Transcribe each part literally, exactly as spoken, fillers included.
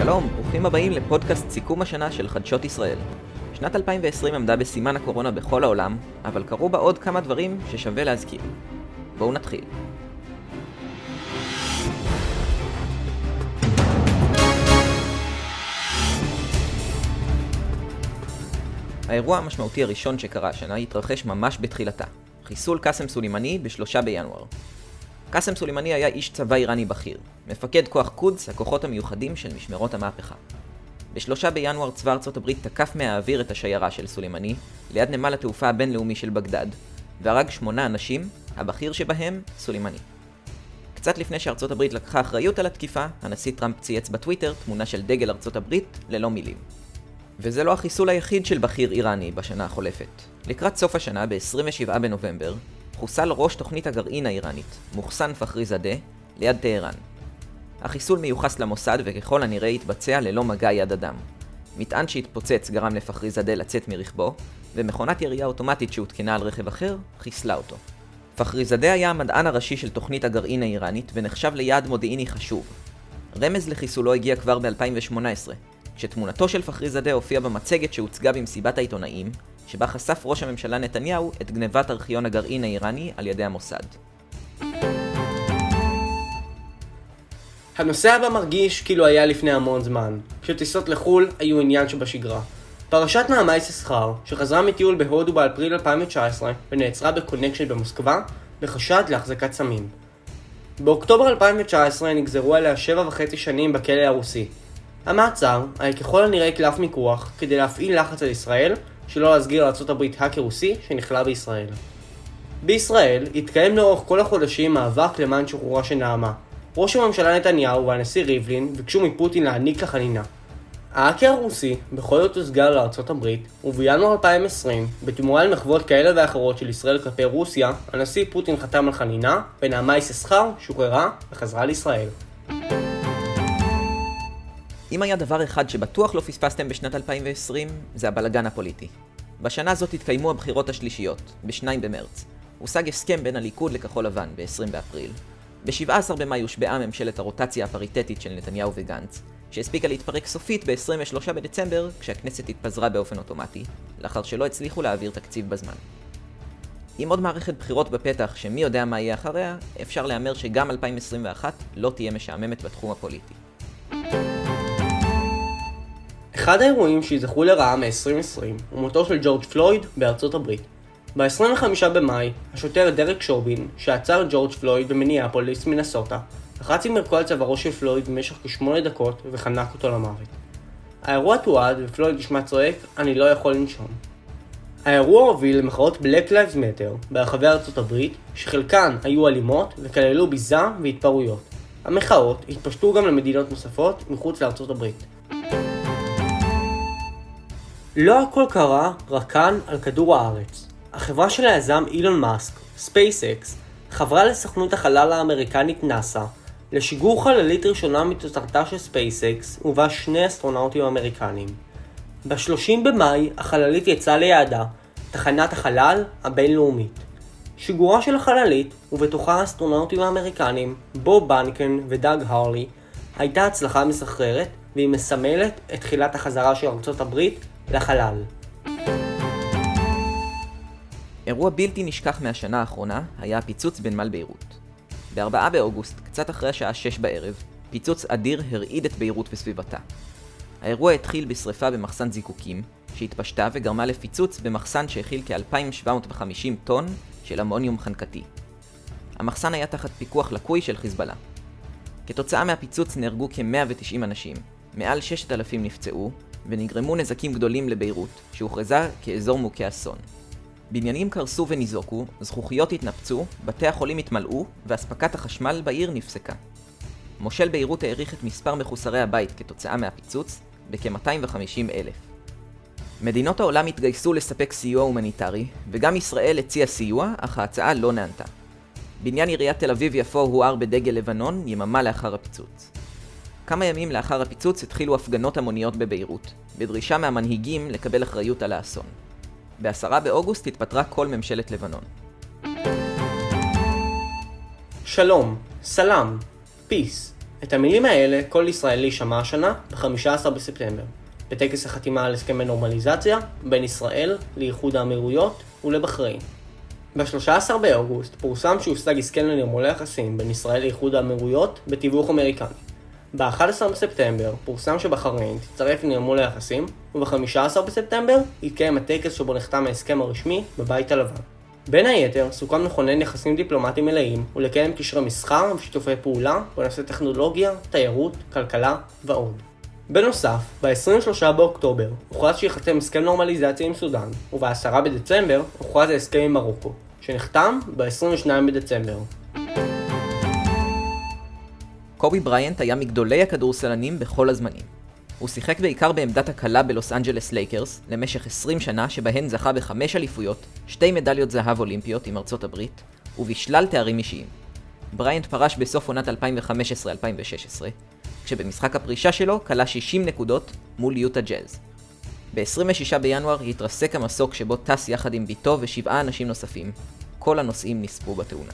שלום, ברוכים הבאים לפודקאסט סיכום השנה של חדשות ישראל. שנת אלפיים ועשרים עמדה בסימן הקורונה בכל העולם, אבל קרו בה עוד כמה דברים ששווה להזכיר. בואו נתחיל. האירוע המשמעותי הראשון שקרה השנה התרחש ממש בתחילתה, חיסול קאסם סולימני בשלושה בינואר. קאסם סולימני היה איש צבא איראני בכיר, מפקד כוח קודס, הכוחות המיוחדים של משמרות המהפכה. בשלושה בינואר צבא ארצות הברית תקף מהאוויר את השיירה של סולימני ליד נמל התעופה הבינלאומי של בגדד, והרג שמונה אנשים, הבכיר שבהם סולימני. קצת לפני שארצות הברית לקחה אחריות על התקיפה, הנשיא טראמפ צייץ בטוויטר תמונה של דגל ארצות הברית ללא מילים. וזה לא החיסול היחיד של בכיר איראני בשנה החולפת. לקראת סוף השנה, ב-עשרים ושבעה בנובמבר, חוסל ראש תוכנית הגרעין האיראנית, מוחסן פחריזאדה, ליד טהרן. החיסול מיוחס למוסד וככל הנראה התבצע ללא מגע יד אדם. מטען שהתפוצץ גרם לפחריזאדה לצאת מרכבו, ומכונת ירייה אוטומטית שהותקנה על רכב אחר, חיסלה אותו. פחריזאדה היה המדען הראשי של תוכנית הגרעין האיראנית ונחשב ליעד מודיעיני חשוב. רמז לחיסולו הגיע כבר ב-אלפיים ושמונה עשרה, כשתמונתו של פחריזאדה הופיעה במצגת שהוצגה במסיבת העיתונאים, שבה חשף ראש הממשלה נתניהו את גנבת ארכיון הגרעין האיראני על ידי המוסד. הנושא הבא מרגיש כאילו היה לפני המון זמן, כשטיסות לחול היו עניין שבשגרה. פרשת נעמה יששכר, שחזרה מטיול בהודו באפריל אלפיים תשע עשרה ונעצרה בקונקשן במוסקבה, בחשד להחזקת סמים. באוקטובר אלפיים תשע עשרה נגזרו עליה שבע וחצי שנים בכלא הרוסי. המעצר היה ככל הנראה קלף מיקוח כדי להפעיל לחץ על ישראל, שלא להסגיר לארצות הברית האקר רוסי שנכלה בישראל. בישראל התקיים לאורך כל החודשים מאבק למען שחרורה של נעמה. ראש הממשלה נתניהו והנשיא ריבלין ביקשו מפוטין להעניק לחנינה. האקר הרוסי בכל זאת הוסגר לארצות הברית, ובינואר אלפיים ועשרים, בתמורה למחוות כאלה ואחרות של ישראל כלפי רוסיה, הנשיא פוטין חתם על חנינה, ונעמה יששכר שוחררה וחזרה לישראל. אם היה דבר אחד שבטוח לא פספסתם בשנת אלפיים ועשרים, זה הבלגן הפוליטי. בשנה הזאת התקיימו הבחירות השלישיות, ב-שניים במרץ. הושג הסכם בין הליכוד לכחול לבן ב-עשרים באפריל. ב-שבעה עשר במאי הושבעה ממשלת הרוטציה הפריטטית של נתניהו וגנץ, שהספיקה להתפרק סופית ב-עשרים ושלושה בדצמבר, כשהכנסת התפזרה באופן אוטומטי, לאחר שלא הצליחו להעביר תקציב בזמן. עם עוד מערכת בחירות בפתח שמי יודע מה יהיה אחריה, אפשר לאמר שגם אלפיים עשרים ואחת לא תהיה משעממת בתחום הפוליטי. אחד האירועים שיזכרו לרעה מ-עשרים עשרים הוא מותו של ג'ורג' פלויד בארצות הברית. ב-עשרים וחמישה במאי, השוטר דרק שובין, שעצר ג'ורג' פלויד במיניאפוליס, מינסוטה, לחץ עם מרכו על צווארו של פלויד במשך כשמונה דקות וחנק אותו למוות. האירוע תועד ופלויד נשמע צועק, "אני לא יכול לנשום". האירוע הוביל למחאות Black Lives Matter ברחבי ארצות הברית, שחלקן היו אלימות וכללו ביזה והתפרעויות. המחאות התפשטו גם למדינות נוספות מחוץ לארצות הברית. לא הכל קרה רק כאן על כדור הארץ. החברה של היזם אילון מאסק, SpaceX, חברה לסוכנות החלל האמריקנית נאסא, לשיגור חללית ראשונה מתוצרתה של SpaceX ובה שני אסטרונאוטים אמריקנים. ב-שלושים במאי החללית יצאה ליעדה, תחנת החלל הבינלאומית. שיגורה של החללית, ובתוכה האסטרונאוטים האמריקנים, בוב בנקן ודאג הרלי, הייתה הצלחה מסחררת, והיא מסמלת את תחילת החזרה של ארצות הברית לחלל. אירוע בלתי נשכח מהשנה האחרונה היה הפיצוץ בנמל ביירות. ב-ארבעה באוגוסט, קצת אחרי השעה שש בערב, פיצוץ אדיר הרעיד את ביירות וסביבתה. האירוע התחיל בשריפה במחסן זיקוקים, שהתפשטה וגרמה לפיצוץ במחסן שהכיל כ-אלפיים שבע מאות וחמישים טון של אמוניום חנקתי. המחסן היה תחת פיקוח לקוי של חיזבאללה. כתוצאה מהפיצוץ נהרגו כ-מאה ותשעים אנשים, מעל שישת אלפים נפצעו, ונגרמו נזקים גדולים לביירות, שהוכרזה כאזור מוכה אסון. בניינים קרסו וניזוקו, זכוכיות התנפצו, בתי החולים התמלאו, ואספקת החשמל בעיר נפסקה. מושל ביירות העריך את מספר מחוסרי הבית כתוצאה מהפיצוץ בכ-מאתיים וחמישים אלף. מדינות העולם התגייסו לספק סיוע הומניטרי, וגם ישראל הציעה סיוע, אך ההצעה לא נענתה. בניין עיריית תל אביב יפו הואר בדגל לבנון יממה לאחר הפיצוץ. כמה ימים לאחר הפיצוץ התחילו הפגנות המוניות בביירות, בדרישה מהמנהיגים לקבל אחריות על האסון. בעשרה באוגוסט התפטרה כל ממשלת לבנון. שלום, סלאם, peace, את המילים האלה כל ישראלי שמע השנה ב-חמישה עשר בספטמבר, בטקס החתימה על הסכם הנורמליזציה בין ישראל לאיחוד האמירויות ולבחריין. ב-שלושה עשר באוגוסט פורסם שהושג הסכם לנרמול היחסים בין ישראל לאיחוד האמירויות בתיווך אמריקני. ב-אחד עשר בספטמבר פורסם שבחריין תצטרף לנרמול היחסים, וב-חמישה עשר בספטמבר יתקיים הטקס שבו נחתם ההסכם הרשמי בבית הלבן. בין היתר, סוכם לכונן יחסים דיפלומטיים מלאים ולקיים קשרי מסחר ושיתופי פעולה בנושא טכנולוגיה, תיירות, כלכלה ועוד. בנוסף, ב-עשרים ושלושה באוקטובר הוכרז שיחתם הסכם נורמליזציה עם סודאן, וב-עשרה בדצמבר הוכרז ההסכם עם מרוקו, שנחתם ב-עשרים ושניים בדצמבר. קובי בריינט היה מגדולי הכדורסלנים בכל הזמנים. הוא שיחק בעיקר בעמדת הקלה בלוס אנג'לס לייקרס למשך עשרים שנה, שבהן זכה בחמש אליפויות, שתי מדליות זהב אולימפיות עם ארצות הברית, ובשלל תארים אישיים. בריינט פרש בסוף עונת אלפיים וחמש עשרה אלפיים ושש עשרה, כשבמשחק הפרישה שלו כלה שישים נקודות מול יוטה ג'אז. ב-עשרים ושישה בינואר התרסק המסוק שבו טס יחד עם ביתו ושבעה אנשים נוספים. כל הנוסעים נספו בתאונה.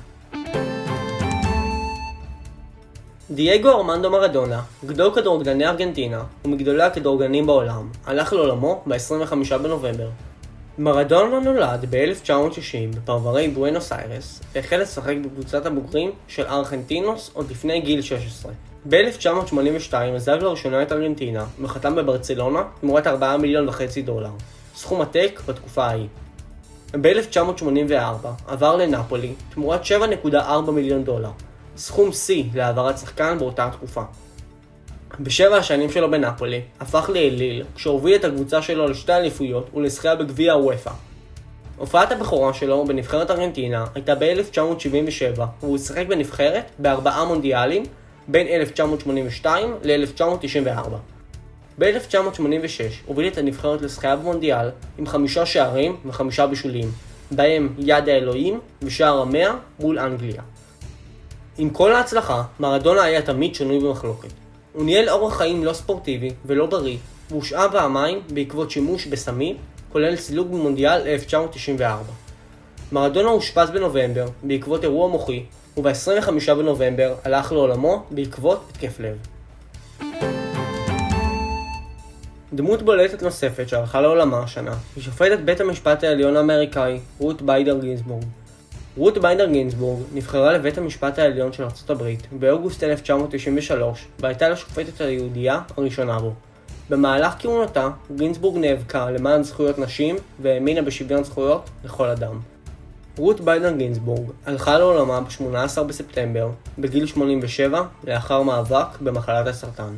דייגו ארמנדו מרדונה, גדול כדורגלני ארגנטינה ומגדולי הכדורגלנים בעולם, הלך לעולמו ב-עשרים וחמישה בנובמבר. מרדונה נולד ב-אלף תשע מאות שישים בפרברי בואנוס איירס, והחל לשחק בקבוצת הבוגרים של ארגנטינוס עוד לפני גיל שש עשרה. ב-אלף תשע מאות שמונים ושתיים עזב לראשונה את ארגנטינה וחתם בברצלונה תמורת ארבעה מיליון וחצי דולר, סכום עתק בתקופה ההיא. ב-אלף תשע מאות שמונים וארבע עבר לנפולי תמורת שבע נקודה ארבע מיליון דולר, סכום שיא להעברת שחקן באותה תקופה. בשבע השנים שלו בנפולי הפך לאליל כשהוביל את הקבוצה שלו לשתי אליפויות ולזכייה בגביע הוופא. הופעת הבכורה שלו בנבחרת ארגנטינה הייתה ב-אלף תשע מאות שבעים ושבע, והוא שיחק בנבחרת בארבעה מונדיאלים בין אלף תשע מאות שמונים ושתיים ל-אלף תשע מאות תשעים וארבע. ב-אלף תשע מאות שמונים ושש הוביל את הנבחרת לזכייה במונדיאל עם חמישה שערים וחמישה בישולים, בהם יד האלוהים ושער המאה מול אנגליה. עם כל ההצלחה, מרדונה היה תמיד שנוי במחלוקת. הוא ניהל אורח חיים לא ספורטיבי ולא בריא, והושעה פעמיים בעקבות שימוש בסמים, כולל סילוק במונדיאל אלף תשע מאות תשעים וארבע. מרדונה הושפז בנובמבר בעקבות אירוע מוחי, וב-עשרים וחמישה בנובמבר הלך לעולמו בעקבות התקף לב. דמות בולטת נוספת שהלכה לעולמה השנה היא שופטת בית המשפט העליון האמריקאי, רות ביידר גינסבורג. רות ביידר גינסבורג נבחרה לבית המשפט העליון של ארצות הברית באוגוסט אלף תשע מאות תשעים ושלוש, והייתה לשופטת היהודייה הראשונה בו. במהלך כהונתה, גינסבורג נאבקה למען זכויות נשים והאמינה בשוויון זכויות לכל אדם. רות ביידר גינסבורג הלכה לעולמה ב-שמונה עשר בספטמבר, בגיל שמונים ושבע, לאחר מאבק במחלת הסרטן.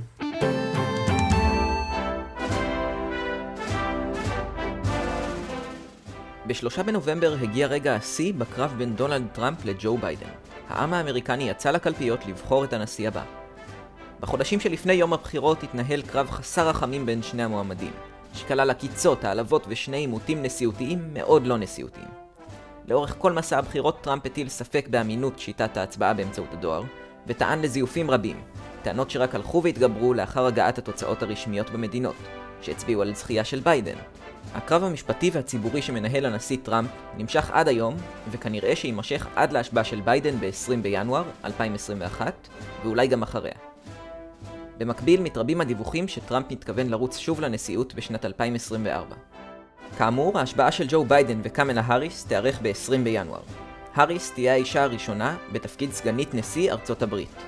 בשלושה בנובמבר הגיע רגע השיא בקרב בין דונלד טראמפ לג'ו ביידן. העם האמריקני יצא לקלפיות לבחור את הנשיא הבא. בחודשים שלפני יום הבחירות התנהל קרב חסר רחמים בין שני המועמדים, שכלל עקיצות, העלבות ושני עימותים נשיאותיים מאוד לא נשיאותיים. לאורך כל מסע הבחירות טראמפ הטיל ספק באמינות שיטת ההצבעה באמצעות הדואר, וטען לזיופים רבים, טענות שרק הלכו והתגברו לאחר הגעת התוצאות הרשמיות במדינות, שהצביעו על זכייה של ביידן. הקרב המשפטי והציבורי שמנהל הנשיא טראמפ נמשך עד היום, וכנראה שימשך עד להשבעה של ביידן ב-עשרים בינואר אלפיים עשרים ואחת, ואולי גם אחריה. במקביל מתרבים הדיווחים שטראמפ מתכוון לרוץ שוב לנשיאות בשנת אלפיים עשרים וארבע. כאמור, ההשבעה של ג'ו ביידן וקמלה האריס תארך ב-עשרים בינואר. האריס תהיה האישה הראשונה בתפקיד סגנית נשיא ארצות הברית.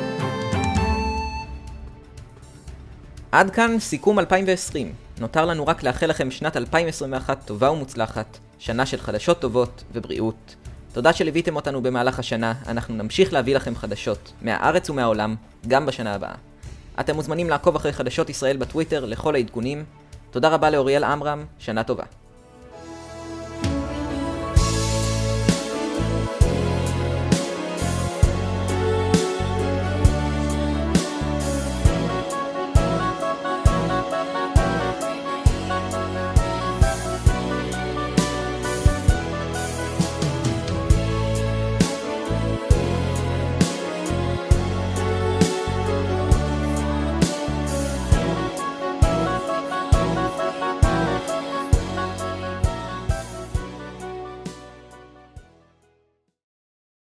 עד כאן סיכום אלפיים ועשרים. נותר לנו רק לאחל לכם שנת אלפיים עשרים ואחת טובה ומוצלחת, שנה של חדשות טובות ובריאות. תודה שליוויתם אותנו במהלך השנה, אנחנו נמשיך להביא לכם חדשות מהארץ ומהעולם, גם בשנה הבאה. אתם מוזמנים לעקוב אחרי חדשות ישראל בטוויטר לכל העדכונים. תודה רבה לאוריאל אמרם, שנה טובה.